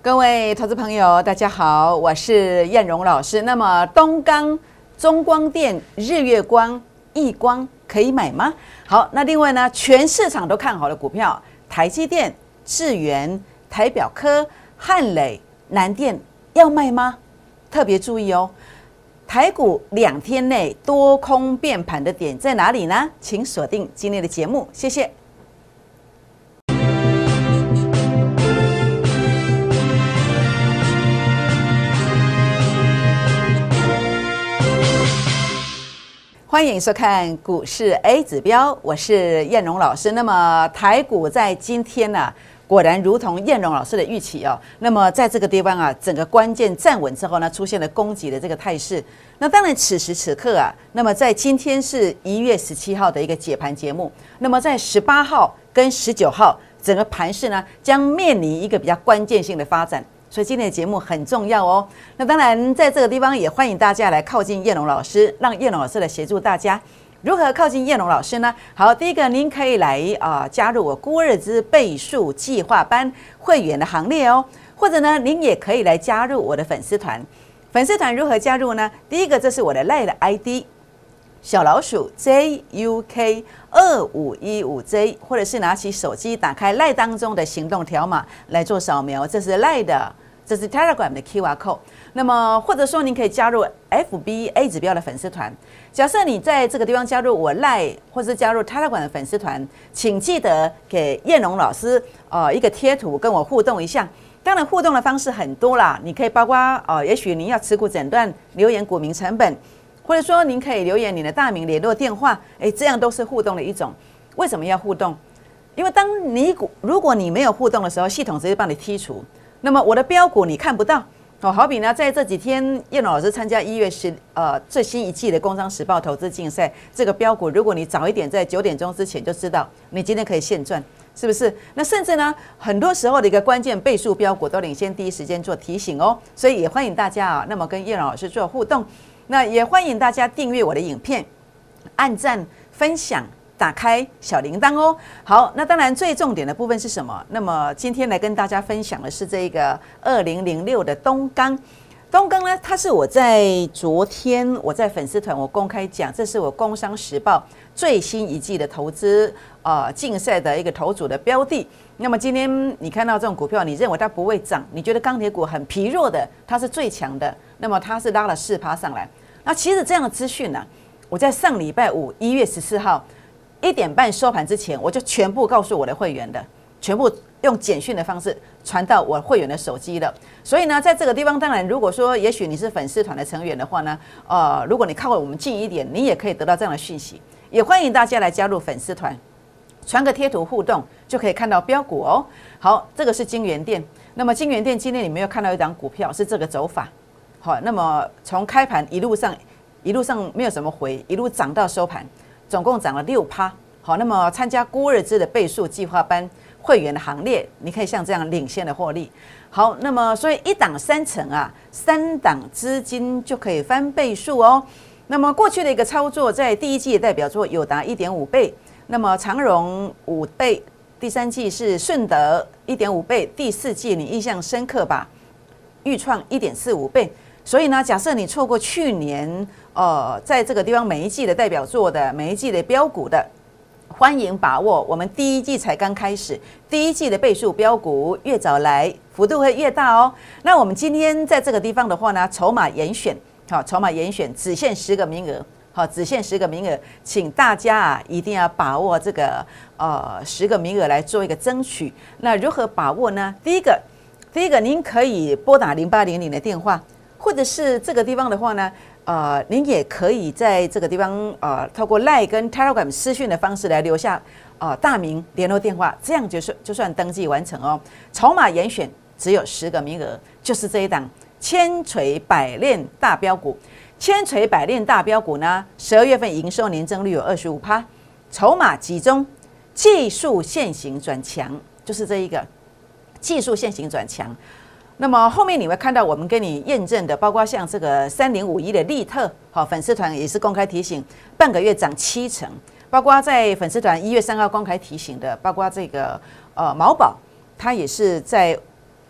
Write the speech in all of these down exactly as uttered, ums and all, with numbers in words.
各位投资朋友，大家好，我是燕荣老师。那么东钢、中光电、日月光、亿光可以买吗？好，那另外呢，全市场都看好的股票，台积电、智原、台表科、汉磊、南电要卖吗？特别注意哦，台股两天内多空变盘的点在哪里呢？请锁定今天的节目，谢谢。欢迎收看股市 A 指标，我是燕荣老师。那么台股在今天呢、啊，果然如同燕荣老师的预期哦。那么在这个地方啊，整个关键站稳之后呢，出现了攻击的这个态势。那当然此时此刻啊，那么在今天是一月十七号的一个解盘节目。那么在十八号跟十九号，整个盘势呢将面临一个比较关键性的发展。所以今天的节目很重要哦。那当然，在这个地方也欢迎大家来靠近燕荣老师，让燕荣老师来协助大家。如何靠近燕荣老师呢？好，第一个，您可以来啊、呃、加入我孤日之倍数计划班会员的行列哦，或者呢，您也可以来加入我的粉丝团。粉丝团如何加入呢？第一个，这是我的 LINE 的 I D。小老鼠 J U K 二五一五 J， 或者是拿起手机打开 LINE 当中的行动条码来做扫描，这是 LINE 的，这是 Telegram 的 Q R code。那么或者说您可以加入 F B A 指标的粉丝团。假设你在这个地方加入我 LINE 或是加入 Telegram 的粉丝团，请记得给燕荣老师呃一个贴图跟我互动一下。当然互动的方式很多啦，你可以包括呃，也许您要持股诊断留言股民成本。或者说，您可以留言你的大名、联络电话，哎，这样都是互动的一种。为什么要互动？因为当你股如果你没有互动的时候，系统直接帮你剔除。那么我的标股你看不到哦。好比呢，在这几天，燕荣老师参加一月十呃最新一季的《工商时报》投资竞赛，这个标股，如果你早一点在九点钟之前就知道，你今天可以现赚，是不是？那甚至呢，很多时候的一个关键倍数标股都领先第一时间做提醒哦。所以也欢迎大家啊，那么跟燕荣老师做互动。那也欢迎大家订阅我的影片，按赞、分享、打开小铃铛哦。好，那当然最重点的部分是什么？那么今天来跟大家分享的是这个二零零六的东钢。东钢呢，它是我在昨天我在粉丝团我公开讲，这是我工商时报最新一季的投资呃竞赛的一个投组的标的。那么今天你看到这种股票，你认为它不会涨，你觉得钢铁股很疲弱的，它是最强的，那么它是拉了四趴上来。那其实这样的资讯呢，我在上礼拜五一月十四号一点半收盘之前，我就全部告诉我的会员的，全部用简讯的方式传到我会员的手机了。所以呢，在这个地方，当然如果说也许你是粉丝团的成员的话呢，呃，如果你靠我们近一点，你也可以得到这样的讯息。也欢迎大家来加入粉丝团，传个贴图互动就可以看到标股哦。好，这个是金源店。那么金源店今天你没有看到一档股票是这个走法。好，那么从开盘一路上一路上没有什么回，一路涨到收盘，总共涨了六趴。好，那么参加孤日之的倍数计划班会员的行列，你可以像这样领先的获利。好，那么所以一档三成啊，三档资金就可以翻倍数哦。那么过去的一个操作，在第一季代表作有达 一点五倍，那么长荣五倍，第三季是顺德 一点五倍，第四季你印象深刻吧？预创 一点四五倍。所以呢，假设你错过去年呃在这个地方每一季的代表作的每一季的标股的，欢迎把握，我们第一季才刚开始，第一季的倍数标股越早来幅度会越大哦。那我们今天在这个地方的话呢，筹码严选，好，筹码严选只限十个名额，好，只限十个名额，请大家啊一定要把握这个呃十个名额来做一个争取。那如何把握呢？第一个，第一个您可以拨打零八零零的电话。或者是这个地方的话呢，呃，您也可以在这个地方呃，透过 LINE 跟 Telegram 私讯的方式来留下呃大名、联络电话，这样就算就算登记完成哦。筹码严选只有十个名额，就是这一档千锤百炼大标股。千锤百炼大标股呢，十二月份营收年增率有 百分之二十五， 筹码集中，技术线型转强，就是这一个技术线型转强。那么后面你会看到我们给你验证的，包括像这个三零五一的利特，好，粉丝团也是公开提醒，半个月涨七成，包括在粉丝团一月三号公开提醒的，包括这个呃毛宝，它也是在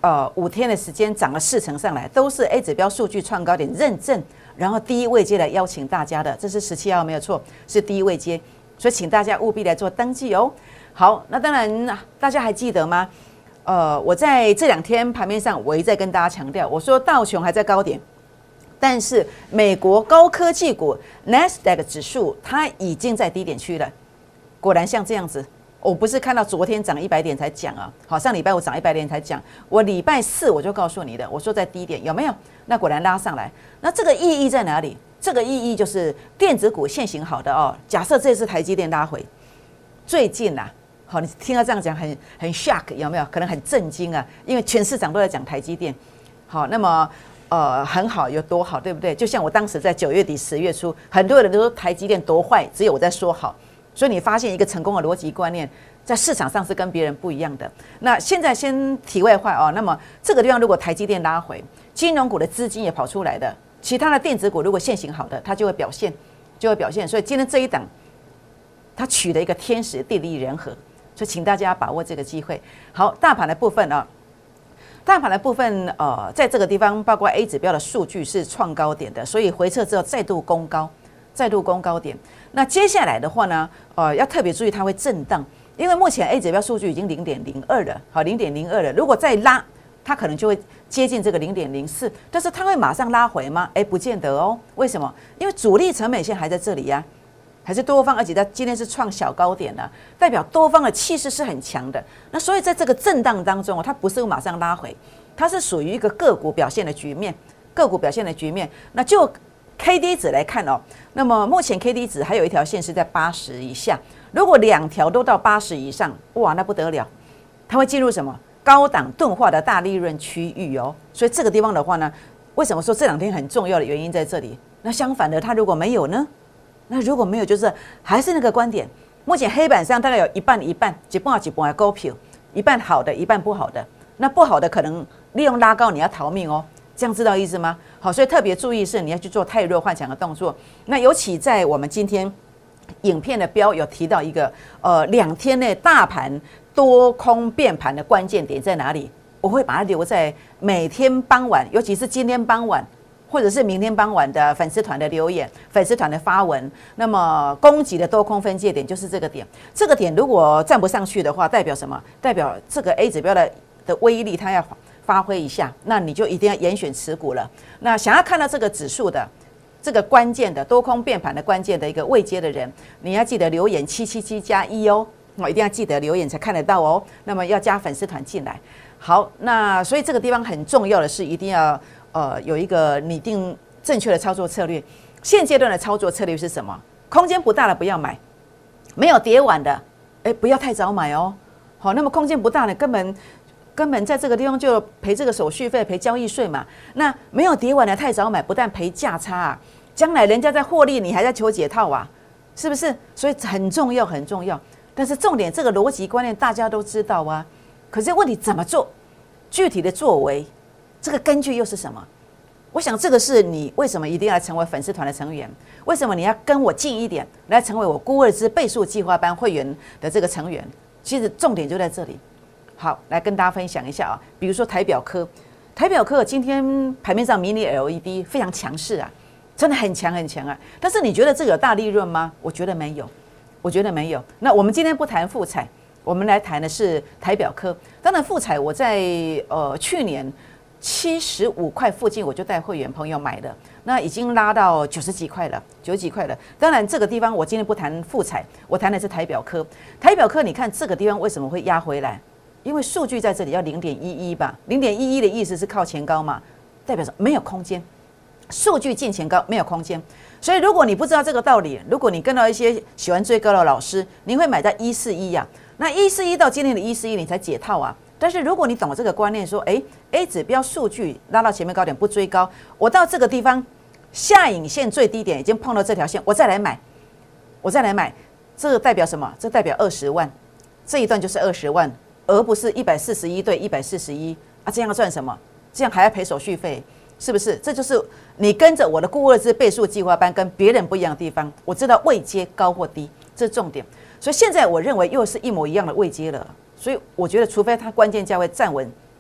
呃五天的时间涨了四成上来，都是 A 指标数据创高点认证，然后第一位阶来邀请大家的，这是十七号没有错，是第一位阶，所以请大家务必来做登记哦。好，那当然大家还记得吗？呃，我在这两天盘面上，我一再跟大家强调，我说道琼还在高点，但是美国高科技股 Nasdaq 指数它已经在低点区了。果然像这样子，我不是看到昨天涨一百点才讲啊，好，上礼拜五涨一百点才讲，我礼拜四我就告诉你的，我说在低点有没有？那果然拉上来，那这个意义在哪里？这个意义就是电子股现行好的哦。假设这次台积电拉回，最近啊。好，你听到这样讲很很 shock 有没有？可能很震惊啊，因为全市场都在讲台积电。好，那么呃很好有多好，对不对？就像我当时在九月底十月初，很多人都说台积电多坏，只有我在说好。所以你发现一个成功的逻辑观念，在市场上是跟别人不一样的。那现在先题外话哦，那么这个地方如果台积电拉回，金融股的资金也跑出来的，其他的电子股如果现行好的，它就会表现，就会表现。所以今天这一档，它取了一个天时地利人和。所以请大家把握这个机会。好，大盘的部分啊，大盘的部分呃，在这个地方，包括 A 指标的数据是创高点的，所以回撤之后再度攻高，再度攻高点。那接下来的话呢，呃，要特别注意它会震荡，因为目前 A 指标数据已经零点零二了，好，零点零二了。如果再拉，它可能就会接近这个零点零四，但是它会马上拉回吗？哎，不见得哦。为什么？因为主力成本线还在这里呀、啊。还是多方，而且它今天是创小高点了，代表多方的气势是很强的。那所以在这个震荡当中，它不是马上拉回，它是属于一个个股表现的局面，个股表现的局面。那就 K D 值来看哦，那么目前 K D 值还有一条线是在八十以下，如果两条都到八十以上，哇，那不得了，它会进入什么高档钝化的大利润区域哦。所以这个地方的话呢，为什么说这两天很重要的原因在这里？那相反的，它如果没有呢？那如果没有，就是还是那个观点。目前黑板上大概有一半一半，一半一半的股票，一半好的，一半不好的。那不好的可能利用拉高，你要逃命哦。这样知道意思吗？好，所以特别注意是你要去做太弱幻想的动作。那尤其在我们今天影片的标有提到一个，呃，两天内大盘多空变盘的关键点在哪里？我会把它留在每天傍晚，尤其是今天傍晚。或者是明天傍晚的粉丝团的留言、粉丝团的发文，那么攻击的多空分界点就是这个点。这个点如果站不上去的话，代表什么？代表这个 A 指标的的威力它要发挥一下，那你就一定要严选持股了。那想要看到这个指数的这个关键的多空变盘的关键的一个位阶的人，你要记得留言七七七加一哦，我一定要记得留言才看得到哦。那么要加粉丝团进来。好，那所以这个地方很重要的是一定要。呃，有一个拟定正确的操作策略。现阶段的操作策略是什么？空间不大的不要买，没有跌完的，哎，不要太早买哦。好，那么空间不大的，根本根本在这个地方就赔这个手续费、赔交易税嘛。那没有跌完的太早买，不但赔价差啊，将来人家在获利，你还在求解套啊，是不是？所以很重要，很重要。但是重点，这个逻辑观念大家都知道啊。可是问题怎么做？具体的作为。这个根据又是什么？我想这个是你为什么一定要成为粉丝团的成员？为什么你要跟我近一点，来成为我孤二之倍数计划班会员的这个成员？其实重点就在这里。好，来跟大家分享一下啊，比如说台表科，台表科今天盘面上 mini L E D 非常强势啊，真的很强很强啊。但是你觉得这个有大利润吗？我觉得没有，我觉得没有。那我们今天不谈富彩，我们来谈的是台表科。当然富彩我在呃去年。七十五块附近，我就带会员朋友买的，那已经拉到九十几块了，九十几块了。当然，这个地方我今天不谈富彩，我谈的是台表科。台表科，你看这个地方为什么会压回来？因为数据在这里要零点一一吧，零点一一的意思是靠前高嘛，代表什么？没有空间，数据进前高没有空间。所以如果你不知道这个道理，如果你跟到一些喜欢追高的老师，你会买在一四一呀，那一四一到今天的一四一，你才解套啊。但是如果你懂这个观念，说，哎 ，A 指标数据拉到前面高点不追高，我到这个地方下影线最低点已经碰到这条线，我再来买，我再来买，这个代表什么？这代表二十万，这一段就是二十万，而不是一百四十一对一百四十一啊，这样赚什么？这样还要赔手续费，是不是？这就是你跟着我的固二之倍数计划班跟别人不一样的地方。我知道位阶高或低，这是重点。所以现在我认为又是一模一样的位阶了。所以我觉得，除非它关键价位站稳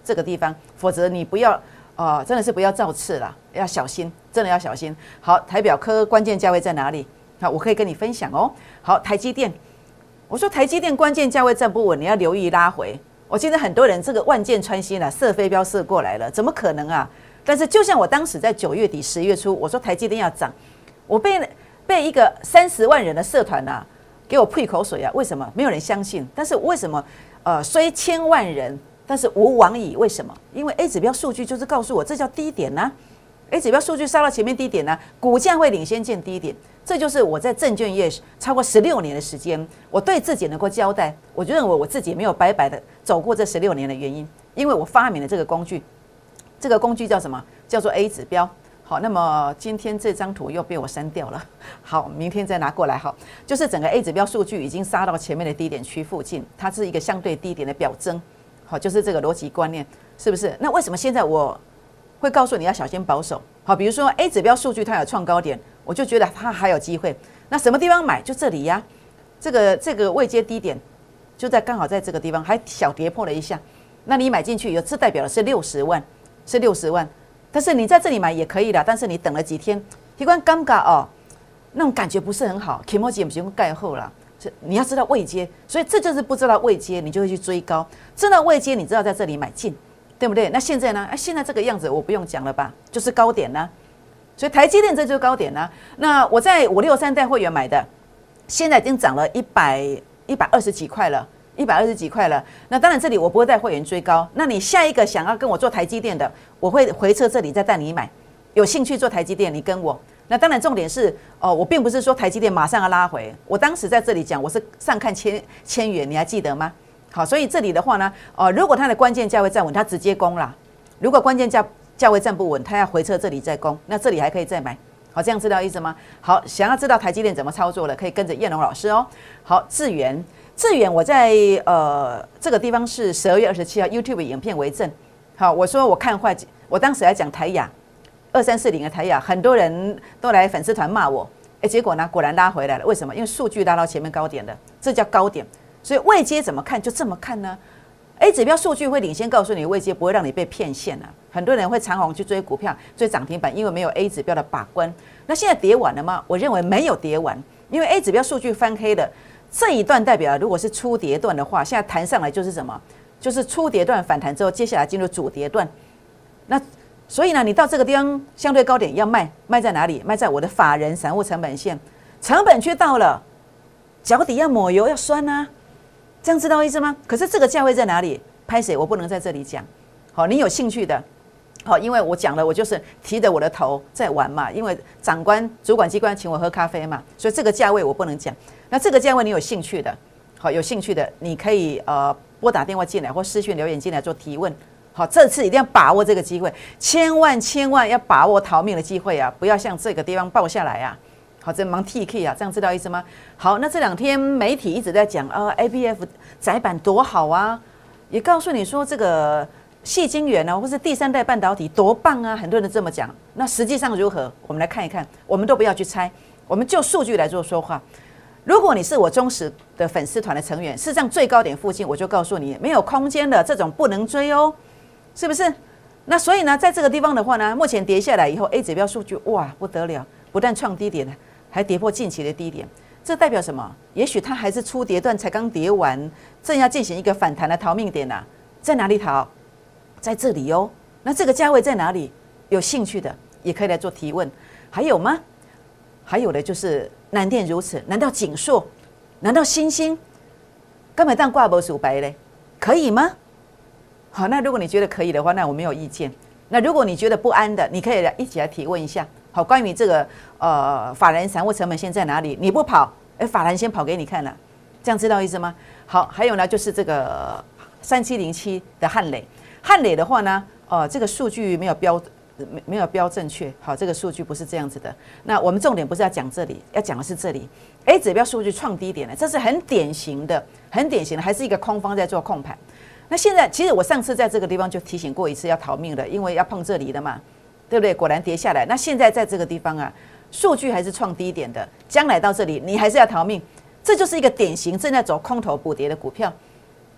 这个地方，否则你不要呃真的是不要造次了，要小心，真的要小心。好，台表科关键价位在哪里？好，我可以跟你分享哦。好，台积电，我说台积电关键价位站不稳，你要留意拉回。我记得很多人这个万箭穿心了，射飞镖射过来了，怎么可能啊？但是就像我当时在九月底十月初，我说台积电要涨，我被被一个三十万人的社团啊给我吐口水啊！为什么没有人相信？但是为什么呃虽千万人，但是无往矣？为什么？因为 A 指标数据就是告诉我这叫低点呐、啊。A 指标数据杀到前面低点呢、啊，股价会领先见低点。这就是我在证券业超过十六年的时间，我对自己能够交代，我就认为我自己没有白白的走过这十六年的原因，因为我发明了这个工具，这个工具叫什么？叫做 A 指标。好，那么今天这张图又被我删掉了，好，明天再拿过来。好，就是整个 A 指标数据已经杀到前面的低点区附近，它是一个相对低点的表征。好，就是这个逻辑观念，是不是？那为什么现在我会告诉你要小心保守？好，比如说 A 指标数据它有创高点，我就觉得它还有机会。那什么地方买？就这里呀、啊，这个这个位阶低点就在刚好在这个地方，还小跌破了一下。那你买进去以后，这代表的是六十万，是六十万。但是你在这里买也可以的，但是你等了几天，一关尴尬哦，那种感觉不是很好。K M O J 不用盖后了，你要知道位阶，所以这就是不知道位阶，你就会去追高；知道位阶，你知道在这里买进，对不对？那现在呢？哎，现在这个样子我不用讲了吧，就是高点呢、啊。所以台积电这就是高点呢、啊。那我在五六三代会员买的，现在已经涨了一百一百二十几块了。一百二十几块了，那当然这里我不会带会员追高。那你下一个想要跟我做台积电的，我会回撤这里再带你买。有兴趣做台积电，你跟我。那当然重点是哦，我并不是说台积电马上要拉回。我当时在这里讲，我是上看千千元，你还记得吗？好，所以这里的话呢，哦，如果它的关键价位站稳，它直接攻啦；如果关键价价位站不稳，它要回撤这里再攻，那这里还可以再买。好，这样知道意思吗？好，想要知道台积电怎么操作了，可以跟着燕龙老师哦。好，智原。智远，我在呃这个地方是十二月二十七号 YouTube 影片为证。好，我说我看坏，我当时还讲台亚二三四零的台亚，很多人都来粉丝团骂我，哎，结果呢果然拉回来了。为什么？因为数据拉到前面高点了，这叫高点。所以位阶怎么看就这么看呢 ？A 指标数据会领先告诉你位阶，不会让你被骗线啊。很多人会长红去追股票、追涨停板，因为没有 A 指标的把关。那现在跌完了吗？我认为没有跌完，因为 A 指标数据翻黑了。这一段代表，如果是初跌段的话，现在弹上来就是什么？就是初跌段反弹之后，接下来进入主跌段。那所以呢，你到这个地方相对高点要卖，卖在哪里？卖在我的法人散户成本线，成本区到了，脚底要抹油要酸啊，这样知道意思吗？可是这个价位在哪里？拍谁？我不能在这里讲。好，你有兴趣的。好，因为我讲了，我就是提着我的头在玩嘛。因为长官、主管机关请我喝咖啡嘛，所以这个价位我不能讲。那这个价位你有兴趣的，好，有兴趣的你可以呃拨打电话进来或私讯留言进来做提问。好，这次一定要把握这个机会，千万千万要把握逃命的机会啊！不要像这个地方爆下来啊！好，这忙 T K 啊，这样知道意思吗？好，那这两天媒体一直在讲啊 ，A B F 载板多好啊，也告诉你说这个。矽晶圆啊，或是第三代半导体多棒啊！很多人这么讲，那实际上如何？我们来看一看，我们都不要去猜，我们就数据来做说话。如果你是我忠实的粉丝团的成员，事实上最高点附近，我就告诉你没有空间的，这种不能追哦，是不是？那所以呢，在这个地方的话呢，目前跌下来以后 ，A 指标数据哇不得了，不但创低点，还跌破近期的低点，这代表什么？也许它还是初跌段才刚跌完，正要进行一个反弹的逃命点啊，在哪里逃？在这里哦，那这个价位在哪里？有兴趣的也可以来做提问。还有吗？还有的就是南电如此，难道景硕？难道新兴？根本当挂不属白嘞？可以吗？好，那如果你觉得可以的话，那我没有意见。那如果你觉得不安的，你可以来一起来提问一下。好，关于这个呃法人散户成本线在哪里？你不跑，哎，法人先跑给你看了，这样知道意思吗？好，还有呢，就是这个三七零七的汉磊。汉磊的话呢，呃，这个数据没有标，没没有标正确。好，这个数据不是这样子的。那我们重点不是要讲这里，要讲的是这里。A 指标数据创低点了，这是很典型的，很典型的，还是一个空方在做控盘。那现在其实我上次在这个地方就提醒过一次要逃命的，因为要碰这里的嘛，对不对？果然跌下来。那现在在这个地方啊，数据还是创低点的，将来到这里你还是要逃命。这就是一个典型正在走空头补跌的股票。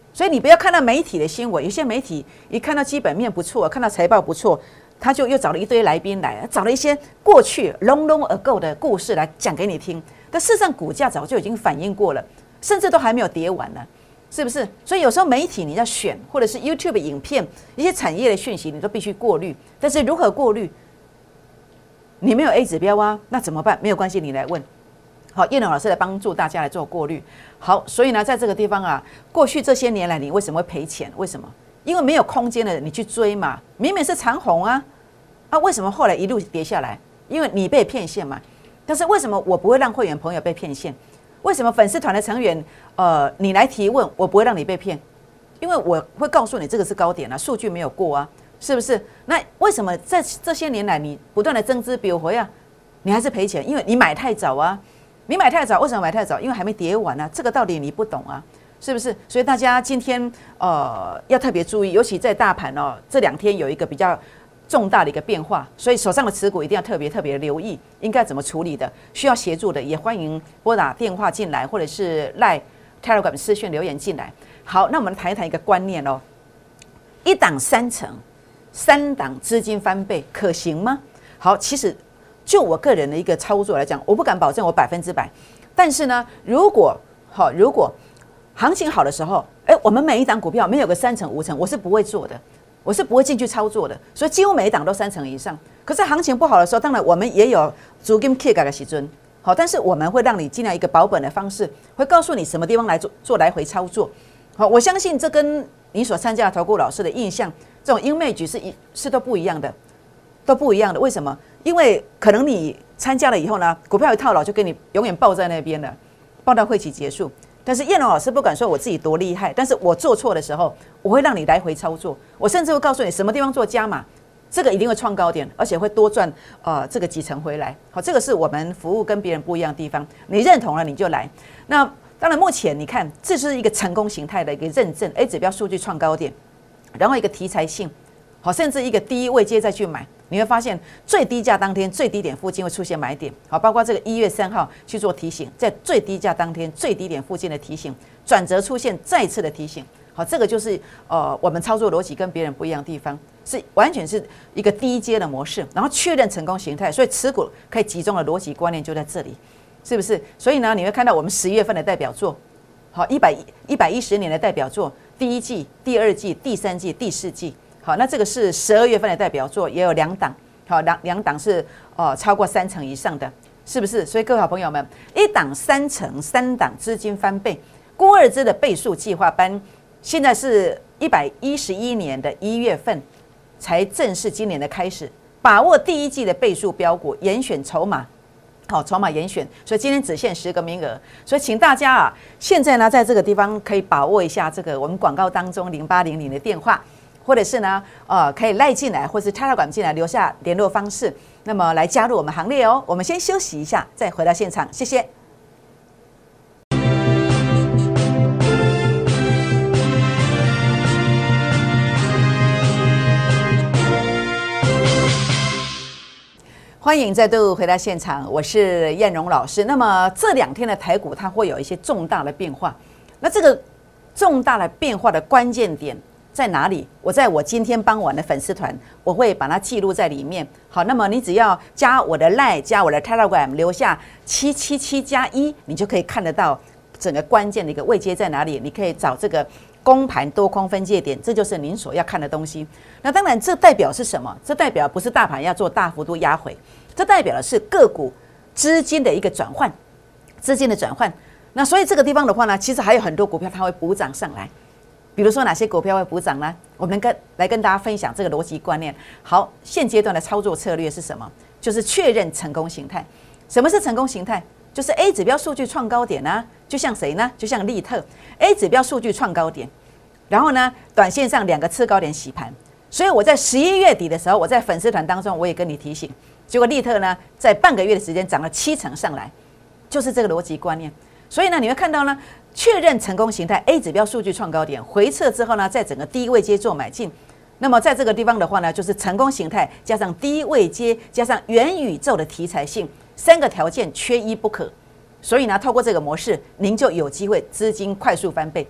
所以你不要看到媒体的新闻，有些媒体一看到基本面不错，看到财报不错，他就又找了一堆来宾来，找了一些过去 long long ago 的故事来讲给你听。但事实上，股价早就已经反映过了，甚至都还没有跌完呢，是不是？所以有时候媒体你要选，或者是 YouTube 影片一些产业的讯息，你都必须过滤。但是如何过滤？你没有 A 指标啊，那怎么办？没有关系，你来问。好，叶龙老师来帮助大家来做过滤。好，所以呢，在这个地方啊，过去这些年来，你为什么会赔钱？为什么？因为没有空间了，你去追嘛。明明是长红啊，啊，为什么后来一路跌下来？因为你被骗线嘛。但是为什么我不会让会员朋友被骗线？为什么粉丝团的成员，呃，你来提问，我不会让你被骗？因为我会告诉你这个是高点啊，数据没有过啊，是不是？那为什么在这些年来你不断的增资比回啊，你还是赔钱？因为你买太早啊。你买太早，为什么买太早？因为还没跌完啊，这个道理你不懂啊，是不是？所以大家今天呃要特别注意，尤其在大盘哦这两天有一个比较重大的一个变化，所以手上的持股一定要特别特别留意，应该怎么处理的？需要协助的也欢迎拨打电话进来，或者是 Line Telegram 私讯留言进来。好，那我们来谈一谈一个观念哦，一档三成，三档资金翻倍，可行吗？好，其实。就我个人的一个操作来讲，我不敢保证我百分之百，但是呢，如果好，如果行情好的时候，哎，我们每一档股票没有个三成五成，我是不会做的，我是不会进去操作的，所以几乎每一档都三成以上。可是行情不好的时候，当然我们也有资金 kick 的时阵，好，但是我们会让你尽量一个保本的方式，会告诉你什么地方来做做来回操作。好，我相信这跟你所参加的投顾老师的印象，这种image是一是都不一样的，都不一样的。为什么？因为可能你参加了以后呢，股票一套牢就给你永远抱在那边了，抱到会期结束。但是叶龙老师不敢说我自己多厉害，但是我做错的时候，我会让你来回操作，我甚至会告诉你什么地方做加码，这个一定会创高点，而且会多赚呃这个几成回来。好，这个是我们服务跟别人不一样的地方。你认同了你就来。那当然，目前你看这是一个成功形态的一个认证 ，A 指标数据创高点，然后一个题材性，好，甚至一个低位阶再去买。你会发现最低价当天最低点附近会出现买点，好，包括这个一月三号去做提醒，在最低价当天最低点附近的提醒，转折出现再次的提醒，好，这个就是呃我们操作逻辑跟别人不一样的地方，是完全是一个低阶的模式，然后确认成功形态，所以持股可以集中的逻辑观念就在这里，是不是？所以呢，你会看到我们十月份的代表作，好，一百一百一十年的代表作，第一季、第二季、第三季、第四季。好，那这个是十二月份的代表作，也有两档，好，两两档是呃超过三成以上的，是不是？所以各位好朋友们，一档三成，三档资金翻倍，郭二芝的倍数计划班，现在是一百一十一年的一月份才正式今年的开始，把握第一季的倍数标股，严选筹码。好，筹码严选，所以今天只限十个名额，所以请大家啊，现在呢，在这个地方可以把握一下这个我们广告当中零八零零的电话。或者是呢，呃，可以赖进来，或是 Telegram 进来留下联络方式，那么来加入我们行列哦。我们先休息一下，再回到现场，谢谢。欢迎再度回到现场，我是燕荣老师。那么这两天的台股它会有一些重大的变化，那这个重大的变化的关键点在哪里？我在我今天傍晚的粉丝团，我会把它记录在里面。好，那么你只要加我的 Line， 加我的 Telegram， 留下七七七加一，你就可以看得到整个关键的一个位阶在哪里。你可以找这个公盘多空分界点，这就是您所要看的东西。那当然，这代表是什么？这代表不是大盘要做大幅度压回，这代表的是个股资金的一个转换，资金的转换。那所以这个地方的话呢，其实还有很多股票它会补涨上来。比如说哪些股票会补涨呢？我们跟来跟大家分享这个逻辑观念。好，现阶段的操作策略是什么？就是确认成功形态。什么是成功形态？就是 A 指标数据创高点啊，就像谁呢？就像利特 ，A 指标数据创高点，然后呢，短线上两个次高点洗盘。所以我在十一月底的时候，我在粉丝团当中我也跟你提醒，结果利特呢，在半个月的时间涨了七成上来，就是这个逻辑观念。所以呢，你会看到呢。确认成功形态 ，A 指标数据创高点回撤之后呢，在整个低位阶做买进。那么在这个地方的话呢，就是成功形态加上低位阶加上元宇宙的题材性三个条件缺一不可。所以呢，透过这个模式，您就有机会资金快速翻倍。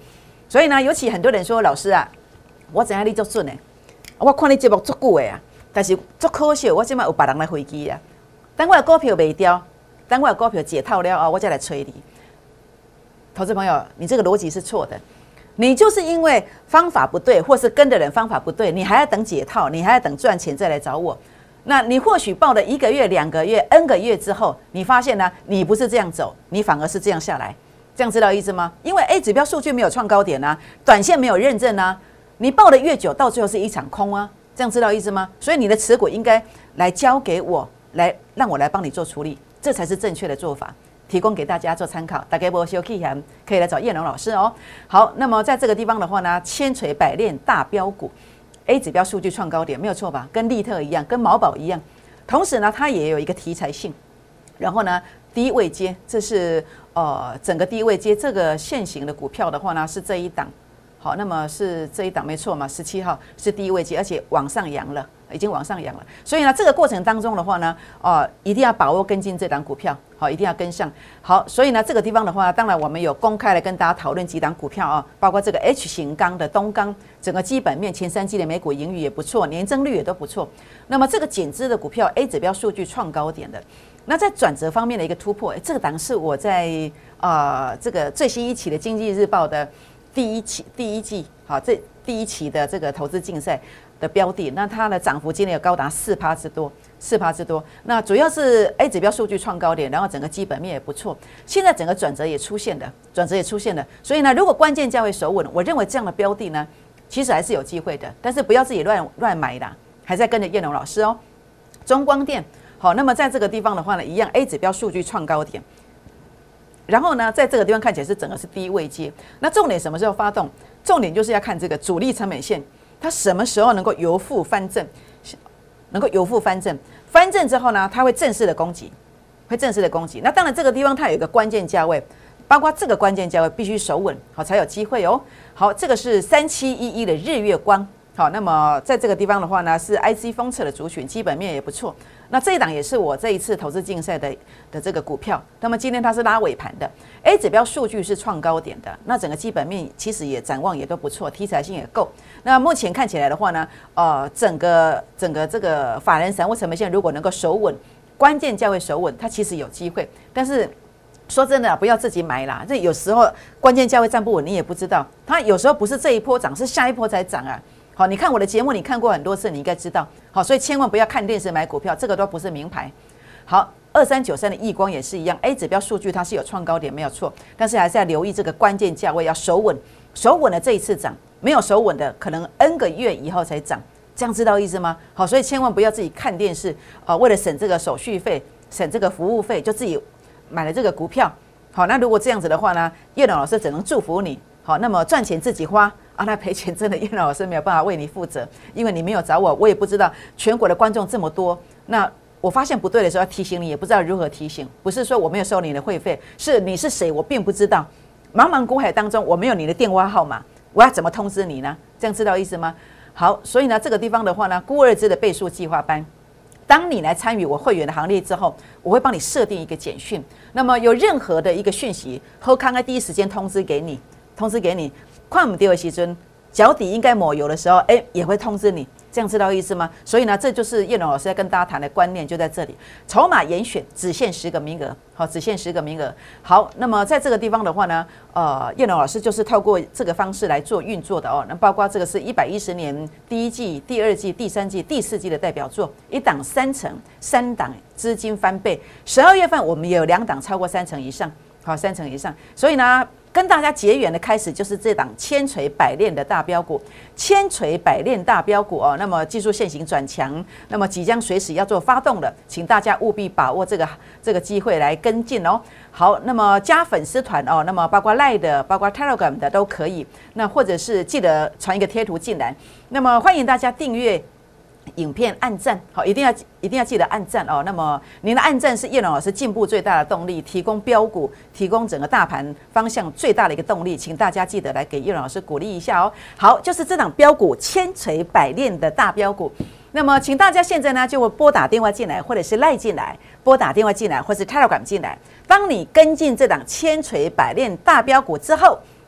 所以呢，尤其很多人说老师啊，我知影你足准的，我看你节目足久的啊，但是足可惜，我即摆有别人来回击啊。等我的股票卖掉，等我的股票解套了后，我再来催你。投资朋友，你这个逻辑是错的。你就是因为方法不对，或是跟的人方法不对，你还要等解套，你还要等赚钱再来找我。那你或许报了一个月、两个月、N 个月之后，你发现呢，你不是这样走，你反而是这样下来。这样知道意思吗？因为 A 指标数据没有创高点啊，短线没有认证啊，你报的越久，到最后是一场空啊。这样知道意思吗？所以你的持股应该来交给我，来让我来帮你做处理，这才是正确的做法。提供给大家做参考，大家不修 K 函可以来找叶龙老师哦。好，那么在这个地方的话呢，千锤百炼大标股 ，A 指标数据创高点没有错吧？跟利特一样，跟毛宝一样。同时呢，它也有一个题材性。然后呢，低位接，这是呃整个低位接这个现行的股票的话呢，是这一档。好，那么是这一档没错嘛？十七号是低位接，而且往上扬了。已经往上扬了，所以呢，这个过程当中的话呢，哦、呃，一定要把握跟进这档股票，好，一定要跟上。好，所以呢，这个地方的话，当然我们有公开来跟大家讨论几档股票啊，包括这个 H 型钢的东钢，整个基本面前三季的每股盈余也不错，年增率也都不错。那么这个减资的股票 A 指标数据创高点的，那在转折方面的一个突破，这个档是我在呃这个最新一期的经济日报的第一期第一季，好，这第一期的这个投资竞赛的标的，那它的涨幅今年有高达四趴之多，四趴之多。那主要是 A 指标数据创高点，然后整个基本面也不错。现在整个转折也出现了，转折也出现了。所以呢，如果关键价位守稳，我认为这样的标的呢，其实还是有机会的。但是不要自己乱乱买啦，还在跟着叶龙老师哦。中光电，好，那么在这个地方的话呢，一样 A 指标数据创高点。然后呢，在这个地方看起来是整个是低位接。那重点什么时候发动？重点就是要看这个主力成本线。它什么时候能够由负翻正，能够由负翻正，翻正之后呢，它会正式的攻击，会正式的攻击。那当然这个地方它有一个关键价位，包括这个关键价位必须守稳，好才有机会哦。好，这个是三七一一的日月光，好，那么在这个地方的话呢，是 I C 封测的族群，基本面也不错。那这一档也是我这一次投资竞赛的的这个股票，那么今天它是拉尾盘的 ，A 指标数据是创高点的，那整个基本面其实也展望也都不错，题材性也够。那目前看起来的话呢，呃，整个整个这个法人散户成本线如果能够守稳，关键价位守稳，它其实有机会。但是说真的，不要自己买啦，这有时候关键价位站不稳，你也不知道，它有时候不是这一波涨，是下一波才涨啊。好，你看我的节目，你看过很多次，你应该知道。好，所以千万不要看电视买股票，这个都不是名牌。好，二三九三的易光也是一样 ，A 指标数据它是有创高点没有错，但是还是要留意这个关键价位要守稳，守稳了这一次涨，没有守稳的可能 N 个月以后才涨，这样知道意思吗？好，所以千万不要自己看电视，啊、呃，为了省这个手续费、省这个服务费，就自己买了这个股票。好，那如果这样子的话呢，叶龙老师只能祝福你。好，那么赚钱自己花啊，那赔钱真的叶老师没有办法为你负责，因为你没有找我，我也不知道全国的观众这么多。那我发现不对的时候要提醒你，也不知道如何提醒。不是说我没有收你的会费，是你是谁我并不知道。茫茫股海当中，我没有你的电话号码，我要怎么通知你呢？这样知道意思吗？好，所以呢，这个地方的话呢，孤二支的倍数计划班。当你来参与我会员的行列之后，我会帮你设定一个简讯，那么有任何的一个讯息，后康在第一时间通知给你。通知给你，看不到的时阵，脚底应该抹油的时候，哎，也会通知你，这样知道意思吗？所以呢，这就是叶龙老师在跟大家谈的观念，就在这里。筹码严选，只限十个名额，好，只限十个名额。好，那么在这个地方的话呢，呃，叶龙老师就是透过这个方式来做运作的哦。那包括这个是一百一十年第一季、第二季、第三季、第四季的代表作，一档三成，三档资金翻倍。十二月份我们也有两档超过三成以上，好，三成以上。所以呢，跟大家结缘的开始就是这档千锤百炼的大标股，千锤百炼大标股哦。那么技术线型转强，那么即将随时要做发动了，请大家务必把握这个这个机会来跟进哦。好，那么加粉丝团哦，那么包括 Line 的，包括 Telegram 的都可以。那或者是记得传一个贴图进来。那么欢迎大家订阅影片按赞，好，一定要一定要记得按赞哦。那么您的按赞是叶龙老师进步最大的动力，提供标股，提供整个大盘方向最大的一个动力，请大家记得来给叶龙老师鼓励一下哦。好，就是这档标股千锤百炼的大标股。那么请大家现在呢就拨打电话进来，或者是赖进来，拨打电话进来，或是 Telegram 进来。当你跟进这档千锤百炼大标股之后，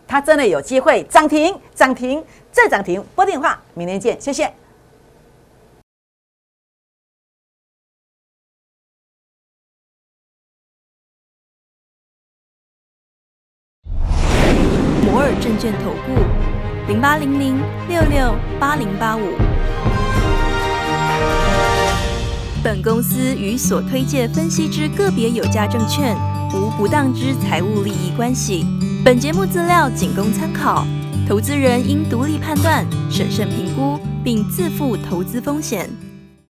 它真的有机会涨停、涨停再涨停。拨电话，明天见，谢谢。 摩尔证券投顾零八零零六六八零八五。本公司与所推介分析之个别有价证券无不当之财务利益关系。本节目资料仅供参考，投资人应独立判断、审慎评估，并自负投资风险。